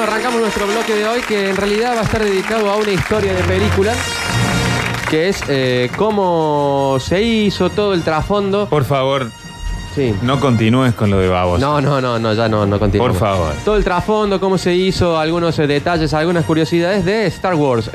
arrancamos nuestro bloque de hoy, que en realidad va a estar dedicado a una historia de película, que es cómo se hizo todo el trasfondo. Por favor, sí. No continúes con lo de babos. No, ya no continuamos. Por favor. Todo el trasfondo, cómo se hizo, algunos detalles, algunas curiosidades de Star Wars.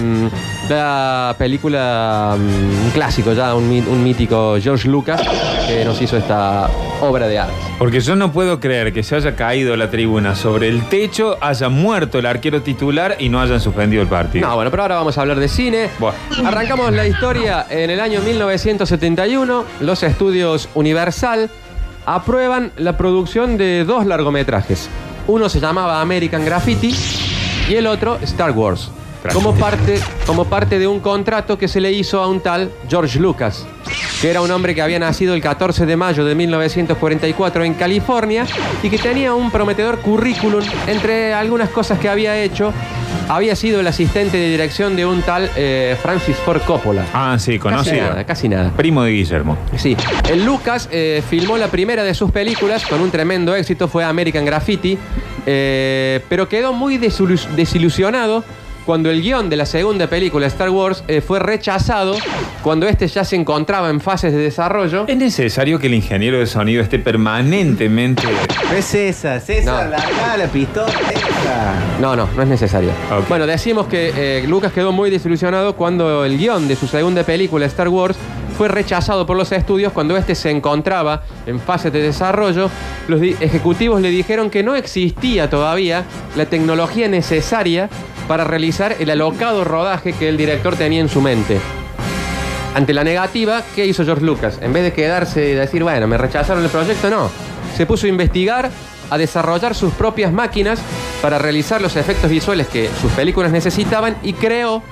La película, un clásico ya, un mítico George Lucas, que nos hizo esta obra de arte. Porque yo no puedo creer que se haya caído la tribuna sobre el techo, haya muerto el arquero titular y no hayan suspendido el partido. No, bueno, pero ahora vamos a hablar de cine. Bueno. Arrancamos la historia en el año 1971. Los estudios Universal aprueban la producción de 2 largometrajes. Uno se llamaba American Graffiti y el otro Star Wars. Como parte de un contrato que se le hizo a un tal George Lucas, que era un hombre que había nacido el 14 de mayo de 1944 en California y que tenía un prometedor currículum. Entre algunas cosas que había hecho, había sido el asistente de dirección de un tal Francis Ford Coppola. Ah, sí, conocido. Casi nada. Primo de Guillermo. Sí. El Lucas filmó la primera de sus películas con un tremendo éxito, fue American Graffiti, pero quedó muy desilusionado cuando el guión de la segunda película, Star Wars, fue rechazado cuando este ya se encontraba en fases de desarrollo. ¿Es necesario que el ingeniero de sonido esté permanentemente...? No es esa, No. larga la pistola, esa. No es necesario. Okay. Bueno, decimos que Lucas quedó muy desilusionado cuando el guión de su segunda película, Star Wars, fue rechazado por los estudios cuando este se encontraba en fase de desarrollo. Los ejecutivos le dijeron que no existía todavía la tecnología necesaria para realizar el alocado rodaje que el director tenía en su mente. Ante la negativa, ¿qué hizo George Lucas? En vez de quedarse y decir, bueno, me rechazaron el proyecto, no. Se puso a investigar, a desarrollar sus propias máquinas para realizar los efectos visuales que sus películas necesitaban y creó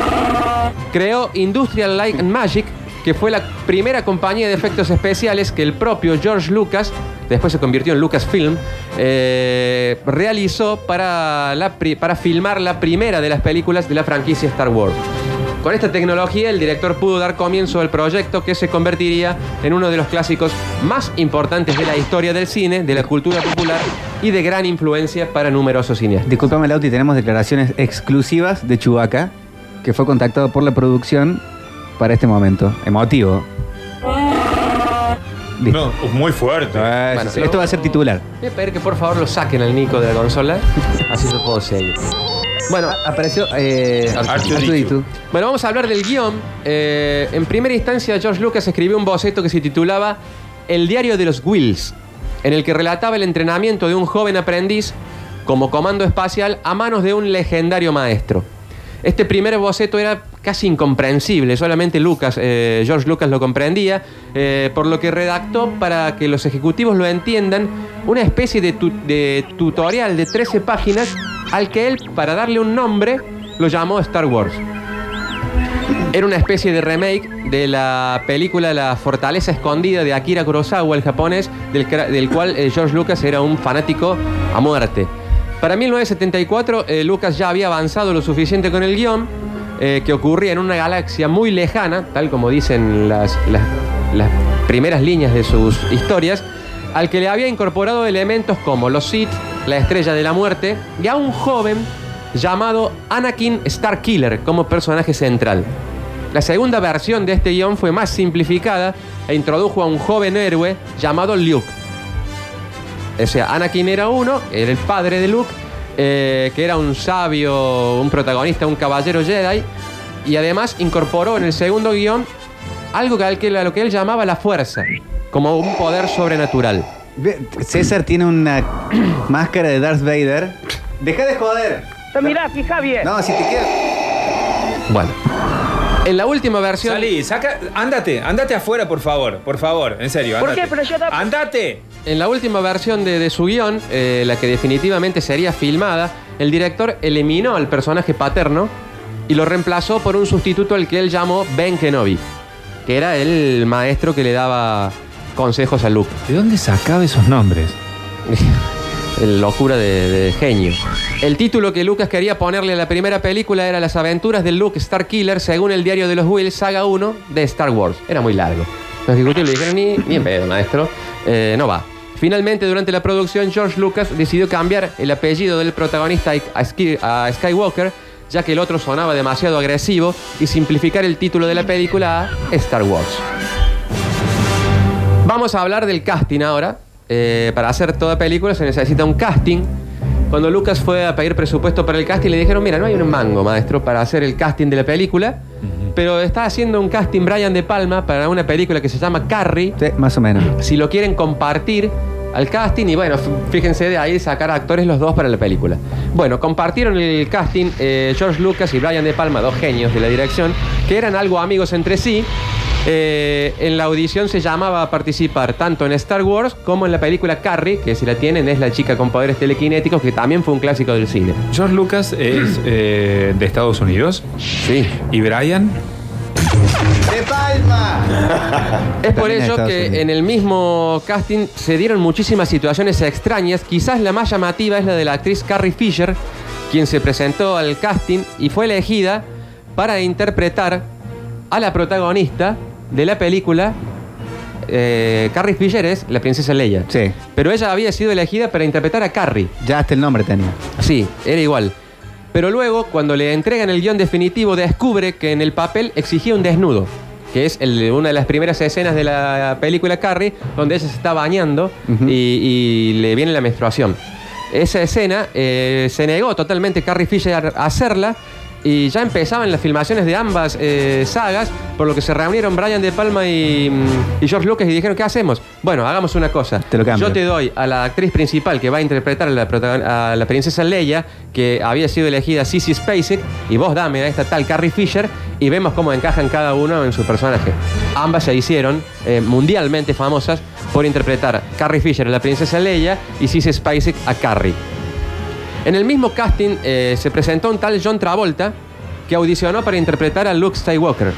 Industrial Light and Magic, que fue la primera compañía de efectos especiales que el propio George Lucas, después se convirtió en Lucasfilm, realizó para filmar la primera de las películas de la franquicia Star Wars. Con esta tecnología, el director pudo dar comienzo al proyecto que se convertiría en uno de los clásicos más importantes de la historia del cine, de la cultura popular y de gran influencia para numerosos cineastas. Disculpame, Lauti, tenemos declaraciones exclusivas de Chewbacca, que fue contactado por la producción para este momento. Emotivo. No, muy fuerte. Bueno, Esto va a ser titular. Voy a pedir que por favor lo saquen al Nico de la consola, así yo puedo seguir. Bueno, Apareció R2D2. Bueno, vamos a hablar del guión. En primera instancia, George Lucas escribió un boceto que se titulaba El diario de los Whills, en el que relataba el entrenamiento de un joven aprendiz como comando espacial a manos de un legendario maestro. Este primer boceto era casi incomprensible, solamente George Lucas lo comprendía, por lo que redactó, para que los ejecutivos lo entiendan, una especie de tutorial de 13 páginas al que él, para darle un nombre, lo llamó Star Wars. Era una especie de remake de la película La Fortaleza Escondida de Akira Kurosawa, el japonés, del cual George Lucas era un fanático a muerte. Para 1974, Lucas ya había avanzado lo suficiente con el guión, que ocurría en una galaxia muy lejana, tal como dicen las primeras líneas de sus historias, al que le había incorporado elementos como los Sith, la Estrella de la Muerte, y a un joven llamado Anakin Starkiller como personaje central. La segunda versión de este guión fue más simplificada e introdujo a un joven héroe llamado Luke. O sea, Anakin era el padre de Luke, que era un sabio, un protagonista, un caballero Jedi, y además incorporó en el segundo guión algo a lo que él llamaba la fuerza, como un poder sobrenatural. César tiene una máscara de Darth Vader. ¡Deja de joder! Mirá, fija bien. No, si te queda... Bueno, en la última versión... Salí, andate afuera, por favor, en serio, ¿Por andate. qué? Pero yo no... ¡Andate! En la última versión de su guión, la que definitivamente sería filmada, el director eliminó al personaje paterno y lo reemplazó por un sustituto al que él llamó Ben Kenobi, que era el maestro que le daba consejos a Luke. ¿De dónde sacaba esos nombres? Locura de genio. El título que Lucas quería ponerle a la primera película era Las aventuras de Luke Starkiller, según el diario de los Whills, saga 1 de Star Wars. Era muy largo. Los ejecutivos le dijeron, ni en pedo, maestro, no va. Finalmente, durante la producción, George Lucas decidió cambiar el apellido del protagonista a Skywalker, ya que el otro sonaba demasiado agresivo, y simplificar el título de la película a Star Wars. Vamos a hablar del casting ahora. Para hacer toda película se necesita un casting. Cuando Lucas fue a pedir presupuesto para el casting, le dijeron: mira, no hay un mango, maestro, para hacer el casting de la película, pero está haciendo un casting Brian De Palma para una película que se llama Carrie. Sí, más o menos. Si lo quieren compartir al casting, y bueno, fíjense de ahí sacar actores los dos para la película. Bueno, compartieron el casting George Lucas y Brian De Palma, dos genios de la dirección, que eran algo amigos entre sí. En la audición se llamaba a participar tanto en Star Wars como en la película Carrie, que si la tienen es la chica con poderes telequinéticos, que también fue un clásico del cine. George Lucas es de Estados Unidos. Sí. ¿Y Brian? ¡De Palma! Es por También ello Estados que Unidos. en el mismo casting se dieron muchísimas situaciones extrañas. Quizás la más llamativa es la de la actriz Carrie Fisher, quien se presentó al casting y fue elegida para interpretar a la protagonista de la película. Carrie Fisher es la princesa Leia. Sí. Pero ella había sido elegida para interpretar a Carrie. Ya hasta el nombre tenía. Sí, era igual. Pero luego, cuando le entregan el guión definitivo, descubre que en el papel exigía un desnudo, que es una de las primeras escenas de la película Carrie, donde ella se está bañando y le viene la menstruación. Esa escena se negó totalmente Carrie Fisher a hacerla, y ya empezaban las filmaciones de ambas sagas, por lo que se reunieron Brian De Palma y George Lucas y dijeron: ¿qué hacemos? Bueno, hagamos una cosa. Te lo cambio. Yo te doy a la actriz principal que va a interpretar a la princesa Leia, que había sido elegida Sissy Spacek, y vos dame a esta tal Carrie Fisher, y vemos cómo encajan cada uno en su personaje. Ambas se hicieron mundialmente famosas por interpretar Carrie Fisher a la princesa Leia y Sissy Spacek a Carrie. En el mismo casting se presentó un tal John Travolta, que audicionó para interpretar a Luke Skywalker.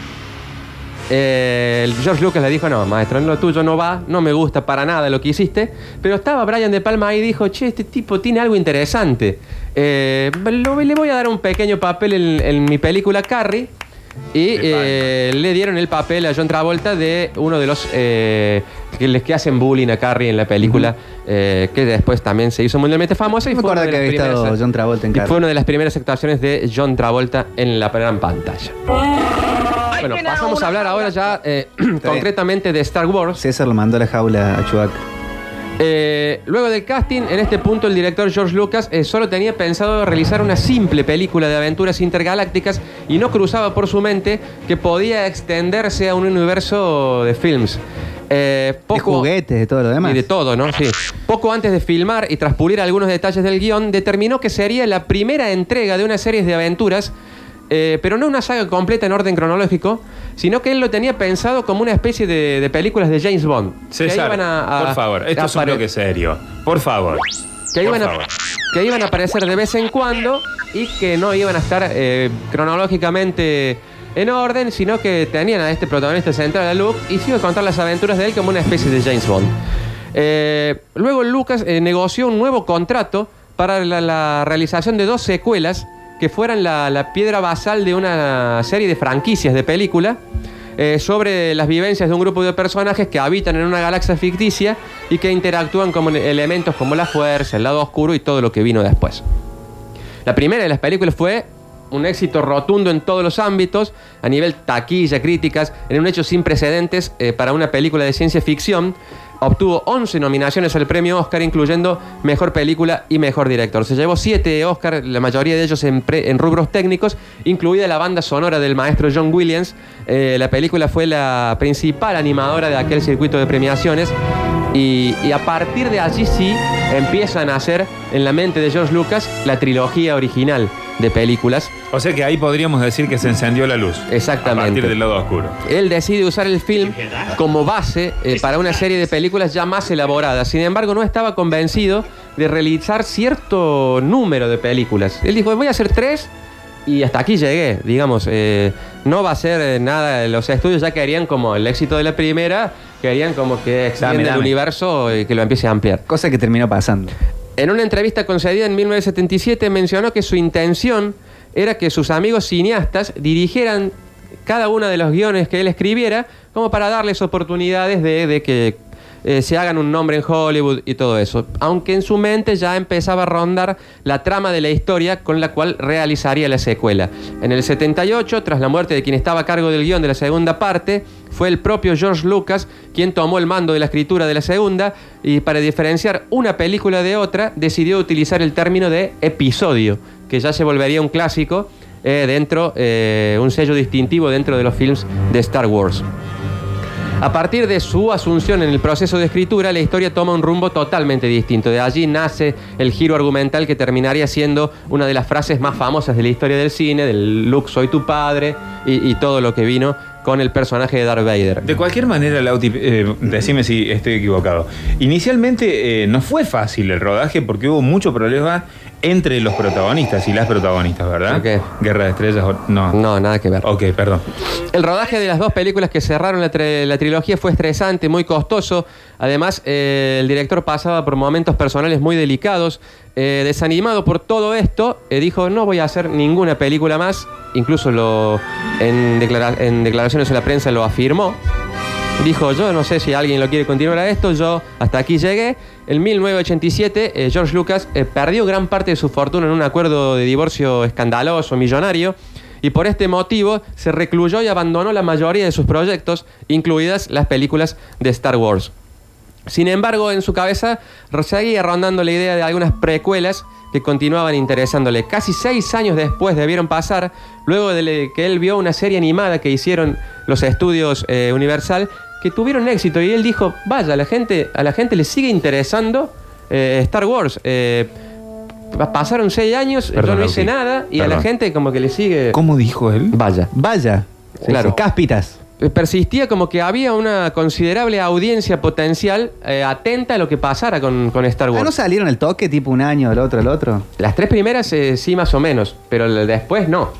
George Lucas le dijo: no, maestro, lo tuyo no va, no me gusta para nada lo que hiciste. Pero estaba Brian De Palma ahí y dijo: che, este tipo tiene algo interesante. Le voy a dar un pequeño papel en mi película Carrie. Y le dieron el papel a John Travolta de uno de los que hacen bullying a Carrie en la película, que después también se hizo mundialmente famosa. No me acuerdo que había estado John Travolta en y Carrie. fue una de las primeras actuaciones de John Travolta en la gran pantalla. Bueno, pasamos a hablar ahora ya concretamente de Star Wars. César lo mandó a la jaula a Chewbacca. Luego del casting, en este punto el director George Lucas solo tenía pensado realizar una simple película de aventuras intergalácticas, y no cruzaba por su mente que podía extenderse a un universo de films. De juguetes, de todo lo demás. Y de todo, ¿no? Sí. Poco antes de filmar y tras pulir algunos detalles del guión, determinó que sería la primera entrega de una serie de aventuras, pero no una saga completa en orden cronológico, sino que él lo tenía pensado como una especie de películas de James Bond. César, por favor, esto es un bloque serio. Por favor. Que iban a aparecer de vez en cuando y que no iban a estar cronológicamente en orden, sino que tenían a este protagonista central, a Luke, y se iba a contar las aventuras de él como una especie de James Bond. Luego Lucas negoció un nuevo contrato para la realización de 2 secuelas que fueran la piedra basal de una serie de franquicias de película sobre las vivencias de un grupo de personajes que habitan en una galaxia ficticia y que interactúan con elementos como la fuerza, el lado oscuro y todo lo que vino después. La primera de las películas fue un éxito rotundo en todos los ámbitos, a nivel taquilla, críticas, en un hecho sin precedentes para una película de ciencia ficción. Obtuvo 11 nominaciones al premio Oscar, incluyendo Mejor Película y Mejor Director. Se llevó 7 Oscar, la mayoría de ellos en rubros técnicos, incluida la banda sonora del maestro John Williams. La película fue la principal animadora de aquel circuito de premiaciones. Y a partir de allí sí empiezan a hacer en la mente de George Lucas la trilogía original de películas. O sea que ahí podríamos decir que se encendió la luz. Exactamente. A partir del lado oscuro. Él decide usar el film como base para una serie de películas ya más elaboradas. Sin embargo, no estaba convencido de realizar cierto número de películas. Él dijo: voy a hacer 3 y hasta aquí llegué, digamos. No va a ser nada. Los estudios ya querían como el éxito de la primera, querían como que extienda el universo y que lo empiece a ampliar. Cosa que terminó pasando. En una entrevista concedida en 1977 mencionó que su intención era que sus amigos cineastas dirigieran cada uno de los guiones que él escribiera, como para darles oportunidades de que se hagan un nombre en Hollywood y todo eso. Aunque en su mente ya empezaba a rondar la trama de la historia con la cual realizaría la secuela. En el 78, tras la muerte de quien estaba a cargo del guión de la segunda parte, fue el propio George Lucas quien tomó el mando de la escritura de la segunda y para diferenciar una película de otra decidió utilizar el término de episodio, que ya se volvería un clásico un sello distintivo dentro de los films de Star Wars. A partir de su asunción en el proceso de escritura, la historia toma un rumbo totalmente distinto. De allí nace el giro argumental que terminaría siendo una de las frases más famosas de la historia del cine, del Luke, soy tu padre, y todo lo que vino con el personaje de Darth Vader. De cualquier manera, Lauti, decime si estoy equivocado. Inicialmente no fue fácil el rodaje porque hubo mucho problema entre los protagonistas y las protagonistas, ¿verdad? ¿Por qué? Guerra de Estrellas, no. No, nada que ver. Ok, perdón. El rodaje de las dos películas que cerraron la trilogía fue estresante, muy costoso. Además, el director pasaba por momentos personales muy delicados. Desanimado por todo esto, dijo, no voy a hacer ninguna película más. Incluso en declaraciones a la prensa lo afirmó. Dijo, yo no sé si alguien lo quiere continuar a esto, yo hasta aquí llegué. En 1987, George Lucas perdió gran parte de su fortuna en un acuerdo de divorcio escandaloso, millonario, y por este motivo se recluyó y abandonó la mayoría de sus proyectos, incluidas las películas de Star Wars. Sin embargo, en su cabeza seguía rondando la idea de algunas precuelas que continuaban interesándole. Casi 6 años después debieron pasar, luego de que él vio una serie animada que hicieron los estudios Universal, que tuvieron éxito, y él dijo, vaya, a la gente le sigue interesando Star Wars. Pasaron 6 años, Perdón, yo no hice Lauti. nada, y Perdón. a la gente como que le sigue... ¿Cómo dijo él? Vaya. Vaya. Claro. Cáspitas. Persistía como que había una considerable audiencia potencial atenta a lo que pasara con Star Wars. ¿No salieron el toque tipo un año, el otro? Las 3 primeras sí más o menos, pero después no.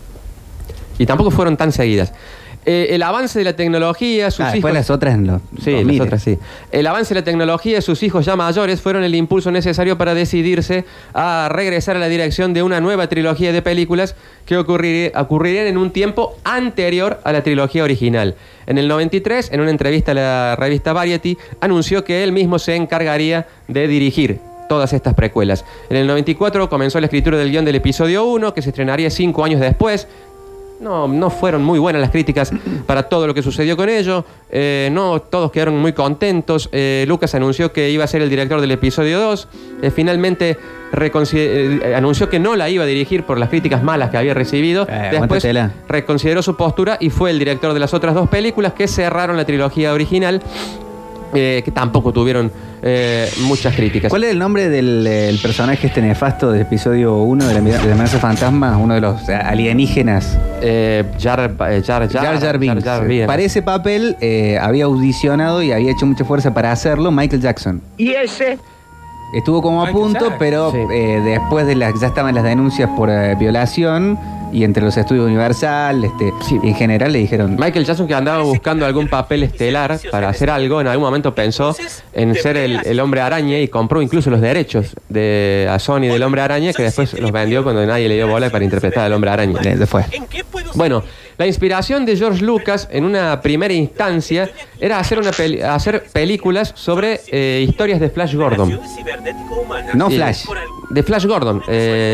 Y tampoco fueron tan seguidas. El avance de la tecnología, sus hijos... Después las otras en los Sí, 2000. las otras sí. El avance de la tecnología y sus hijos ya mayores fueron el impulso necesario para decidirse a regresar a la dirección de una nueva trilogía de películas que ocurrirían en un tiempo anterior a la trilogía original. En el 93, en una entrevista a la revista Variety, anunció que él mismo se encargaría de dirigir todas estas precuelas. En el 94 comenzó la escritura del guión del episodio 1, que se estrenaría 5 años después. No fueron muy buenas las críticas para todo lo que sucedió con ello. No todos quedaron muy contentos. Lucas anunció que iba a ser el director del episodio 2. Finalmente anunció que no la iba a dirigir por las críticas malas que había recibido. Después aguántatela. reconsideró su postura y fue el director de las otras 2 películas que cerraron la trilogía original, que tampoco tuvieron muchas críticas. ¿Cuál es el nombre del personaje nefasto del episodio 1 de la amenaza fantasma? Uno de los alienígenas. Jar Jar Binks. Binks. Para ese papel había audicionado y había hecho mucha fuerza para hacerlo Michael Jackson. ¿Y ese? Estuvo como a Michael punto, Jackson. pero Sí. después ya estaban las denuncias por violación y entre los estudios Universal, Sí. y en general le dijeron... Michael Jackson, que andaba buscando algún papel estelar para hacer algo, en algún momento pensó en ser el Hombre Araña y compró incluso los derechos a Sony del Hombre Araña, que después los vendió cuando nadie le dio bola para interpretar al Hombre Araña. Se fue. Bueno, la inspiración de George Lucas en una primera instancia era hacer películas sobre historias de Flash Gordon. No Sí, Flash. de Flash Gordon,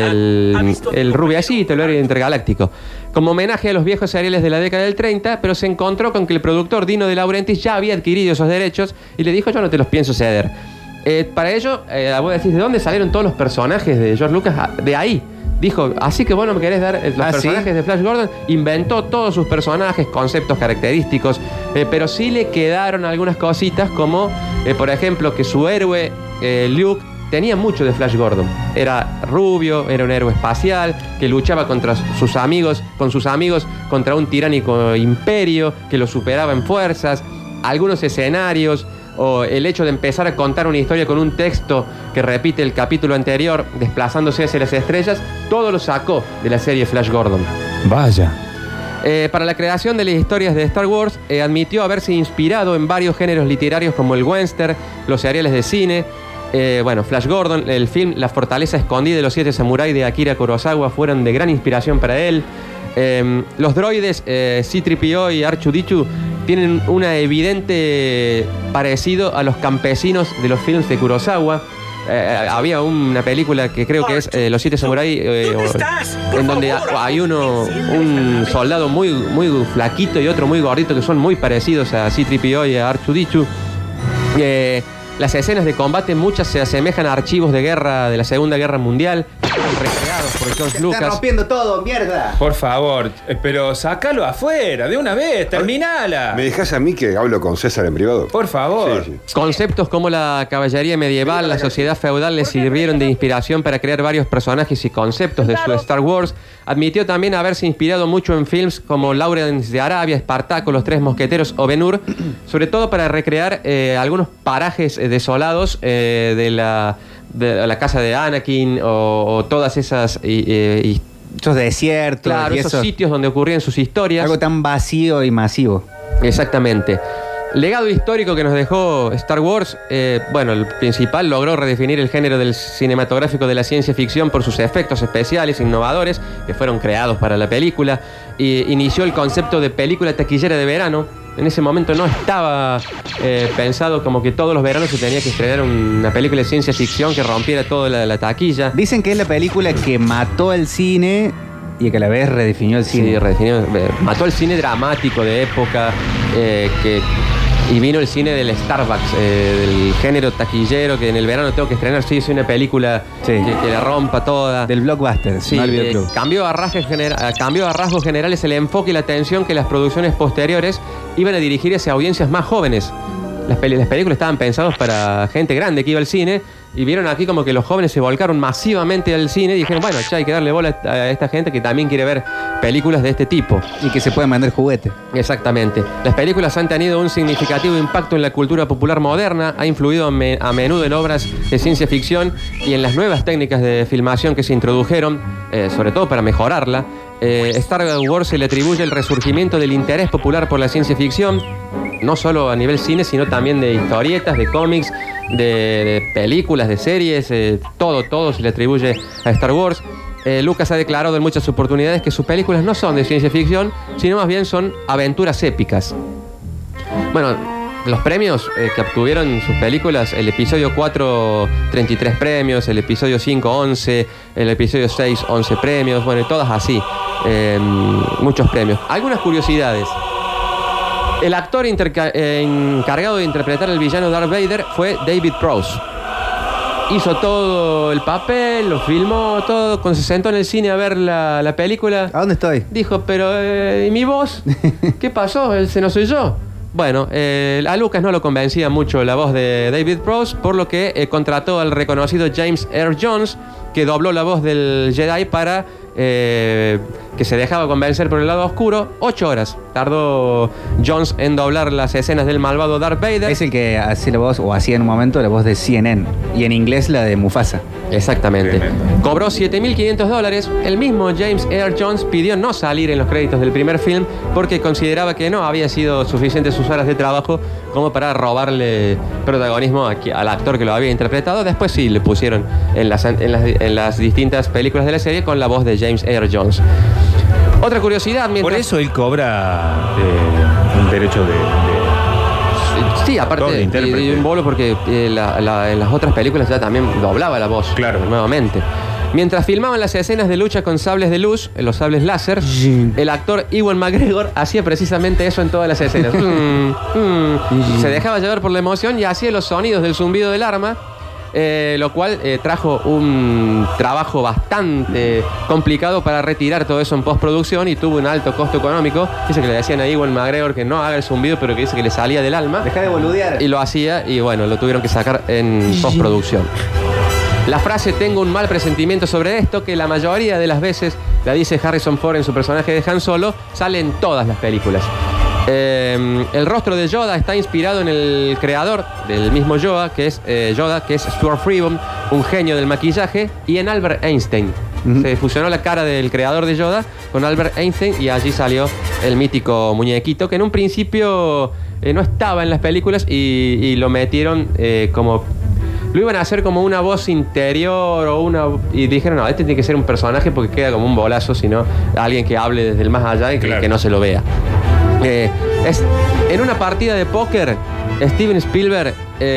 el rubiacito, el héroe intergaláctico. Como homenaje a los viejos seriales de la década del 30, pero se encontró con que el productor Dino De Laurentiis ya había adquirido esos derechos y le dijo, yo no te los pienso ceder. Para ello, vos decís, ¿de dónde salieron todos los personajes de George Lucas? De ahí. Dijo, así que vos no me querés dar los personajes ¿sí? de Flash Gordon. Inventó todos sus personajes, conceptos característicos, pero sí le quedaron algunas cositas como, por ejemplo, que su héroe, Luke, tenía mucho de Flash Gordon. Era rubio, era un héroe espacial, que luchaba con sus amigos, contra un tiránico imperio, que lo superaba en fuerzas. Algunos escenarios, o el hecho de empezar a contar una historia con un texto que repite el capítulo anterior, desplazándose hacia las estrellas, todo lo sacó de la serie Flash Gordon. Vaya. Para la creación de las historias de Star Wars, admitió haberse inspirado en varios géneros literarios como el western, los seriales de cine. Flash Gordon, el film La fortaleza escondida de los 7 samuráis de Akira Kurosawa fueron de gran inspiración para él. Los droides C-3PO y R2-D2 tienen una evidente parecido a los campesinos de los films de Kurosawa. Había una película que creo que es Los Siete Samuráis, en donde hay un soldado muy, muy flaquito y otro muy gordito que son muy parecidos a C-3PO y a R2-D2. Las escenas de combate muchas se asemejan a archivos de guerra de la Segunda Guerra Mundial, recreados por George Lucas. Está rompiendo todo, mierda. Por favor, pero sácalo afuera, de una vez, terminala. ¿Me dejas a mí que hablo con César en privado? Por favor. Sí. Conceptos como la caballería medieval, la sociedad feudal le sirvieron de inspiración para crear varios personajes y conceptos de su Star Wars. Admitió también haberse inspirado mucho en films como Lawrence de Arabia, Espartaco, Los Tres Mosqueteros o Ben-Hur, sobre todo para recrear algunos parajes desolados de la casa de Anakin o todas esas Esos desiertos. claro, y esos sitios donde ocurrían sus historias. Algo tan vacío y masivo. Exactamente. Legado histórico que nos dejó Star Wars, bueno, el principal logró redefinir el género del cinematográfico de la ciencia ficción por sus efectos especiales innovadores que fueron creados para la película. Inició el concepto de película taquillera de verano. En ese momento no estaba pensado como que todos los veranos se tenía que estrenar una película de ciencia ficción que rompiera toda la taquilla. Dicen que es la película que mató el cine y que a la vez redefinió el cine. Sí, redefinió, mató el cine dramático de época, y vino el cine del Starbucks, del género taquillero, que en el verano tengo que estrenar, sí, es una película Sí. que la rompa toda. Del blockbuster, Sí, no el videoclub. cambió a rasgos generales el enfoque y la atención que las producciones posteriores iban a dirigir hacia audiencias más jóvenes. Las películas estaban pensadas para gente grande que iba al cine y vieron aquí como que los jóvenes se volcaron masivamente al cine y dijeron, bueno, ya hay que darle bola a esta gente que también quiere ver películas de este tipo. Y que se pueden vender juguetes. Exactamente. Las películas han tenido un significativo impacto en la cultura popular moderna, ha influido a menudo en obras de ciencia ficción y en las nuevas técnicas de filmación que se introdujeron, sobre todo para mejorarla. Star Wars se le atribuye el resurgimiento del interés popular por la ciencia ficción, no solo a nivel cine, sino también de historietas, de cómics, de películas, de series, todo se le atribuye a Star Wars. Lucas ha declarado en muchas oportunidades que sus películas no son de ciencia ficción, sino más bien son aventuras épicas. Bueno, los premios que obtuvieron sus películas, el episodio 4, 33 premios, el episodio 5, 11, el episodio 6, 11 premios, bueno, todas así, muchos premios. Algunas curiosidades. El actor encargado de interpretar al villano Darth Vader fue David Prowse. Hizo todo el papel, lo filmó, todo. Cuando se sentó en el cine a ver la película, ¿A dónde estoy? dijo, pero ¿y mi voz? ¿Qué pasó? ¿Ese no soy yo? Bueno, a Lucas no lo convencía mucho la voz de David Prowse, por lo que contrató al reconocido James Earl Jones, que dobló la voz del Jedi para que se dejaba convencer por el lado oscuro. 8 horas tardó Jones en doblar las escenas del malvado Darth Vader. Es el que hace la voz, o hacía en un momento la voz de CNN. Y en inglés la de Mufasa. Exactamente. Tremendo. Cobró $7.500. El mismo James Earl Jones pidió no salir en los créditos del primer film porque consideraba que no había sido suficientes sus horas de trabajo como para robarle protagonismo al actor que lo había interpretado. Después sí le pusieron en las distintas películas de la serie con la voz de James Earl Jones. Otra curiosidad, mientras... Por eso él cobra un derecho de Sí, actor, aparte de intérprete. y un bolo porque en las otras películas ya también doblaba la voz. Claro. Nuevamente. Mientras filmaban las escenas de lucha con sables de luz, los sables láser, el actor Ewan McGregor hacía precisamente eso en todas las escenas. Se dejaba llevar por la emoción y hacía los sonidos del zumbido del arma. Lo cual trajo un trabajo bastante complicado para retirar todo eso en postproducción y tuvo un alto costo económico. Dice que le decían a Ewan McGregor que no haga el zumbido, pero que dice que le salía del alma. Deja de boludear. Y lo hacía y bueno, lo tuvieron que sacar en postproducción. La frase "tengo un mal presentimiento sobre esto", que la mayoría de las veces la dice Harrison Ford en su personaje de Han Solo, sale en todas las películas. El rostro de Yoda está inspirado en el creador del mismo Yoda, que es Stuart Freeman, un genio del maquillaje, y en Albert Einstein. Se fusionó la cara del creador de Yoda con Albert Einstein y allí salió el mítico muñequito que en un principio no estaba en las películas y lo metieron como... Lo iban a hacer como una voz interior y dijeron, no, este tiene que ser un personaje porque queda como un bolazo, sino alguien que hable desde el más allá y Claro. que no se lo vea. En una partida de póker, Steven Spielberg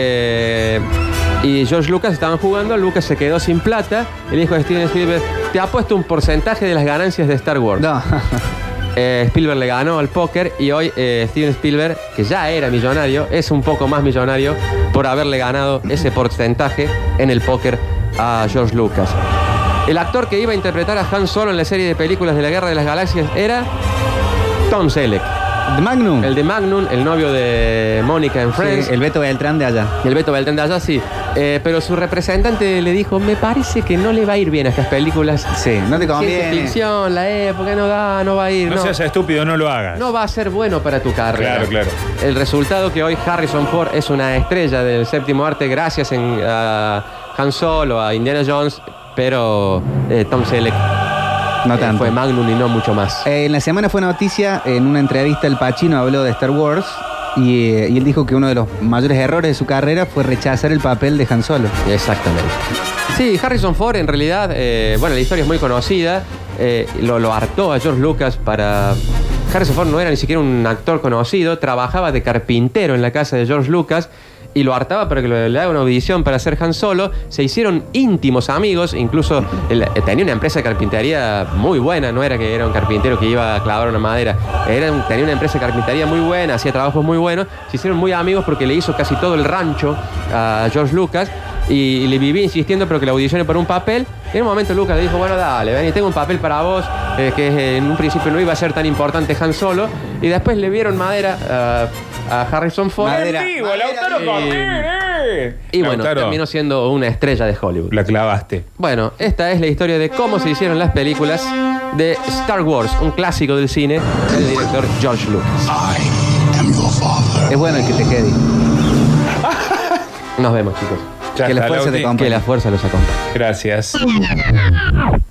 y George Lucas estaban jugando. Lucas se quedó sin plata y le dijo a Steven Spielberg: te apuesto un porcentaje de las ganancias de Star Wars. No. Spielberg le ganó al póker y hoy Steven Spielberg, que ya era millonario, es un poco más millonario por haberle ganado ese porcentaje en el póker a George Lucas. El actor que iba a interpretar a Han Solo en la serie de películas de la Guerra de las Galaxias era Tom Selleck. ¿De Magnum? El de Magnum, el novio de Mónica en Friends. Sí, el Beto Beltrán de allá. El Beto Beltrán de allá, sí. Pero su representante le dijo: me parece que no le va a ir bien a estas películas. Sí, no te Ciencia conviene. ficción, la época no va a ir. No seas estúpido, no lo hagas. No va a ser bueno para tu carrera. Claro, claro. El resultado que hoy Harrison Ford es una estrella del séptimo arte gracias a Han Solo, a Indiana Jones, pero Tom Selleck No tanto. fue Magnum y no mucho más. En la semana fue noticia, en una entrevista el Pacino habló de Star Wars y él dijo que uno de los mayores errores de su carrera fue rechazar el papel de Han Solo. Exactamente. Sí, Harrison Ford en realidad, bueno, la historia es muy conocida, lo hartó a George Lucas para... Harrison Ford no era ni siquiera un actor conocido, trabajaba de carpintero en la casa de George Lucas y lo hartaba para que le haga una audición para hacer Han Solo. Se hicieron íntimos amigos, incluso tenía una empresa de carpintería muy buena, no era que era un carpintero que iba a clavar una madera, tenía una empresa de carpintería muy buena, hacía trabajos muy buenos, se hicieron muy amigos porque le hizo casi todo el rancho a George Lucas y le vivía insistiendo pero que la audicione para un papel. En un momento Lucas le dijo: bueno, dale, ven, tengo un papel para vos, que en un principio no iba a ser tan importante Han Solo, y después le vieron madera a Harrison Ford. Madera. ¡En vivo, Lautaro Cortés! Y bueno, Lautaro, terminó siendo una estrella de Hollywood. la clavaste. Bueno, esta es la historia de cómo se hicieron las películas de Star Wars, un clásico del cine del director George Lucas. Es bueno el que te quede. Nos vemos, chicos. Ya Que la está, fuerza te Lauti. acompañe. Que la fuerza los acompañe. Gracias.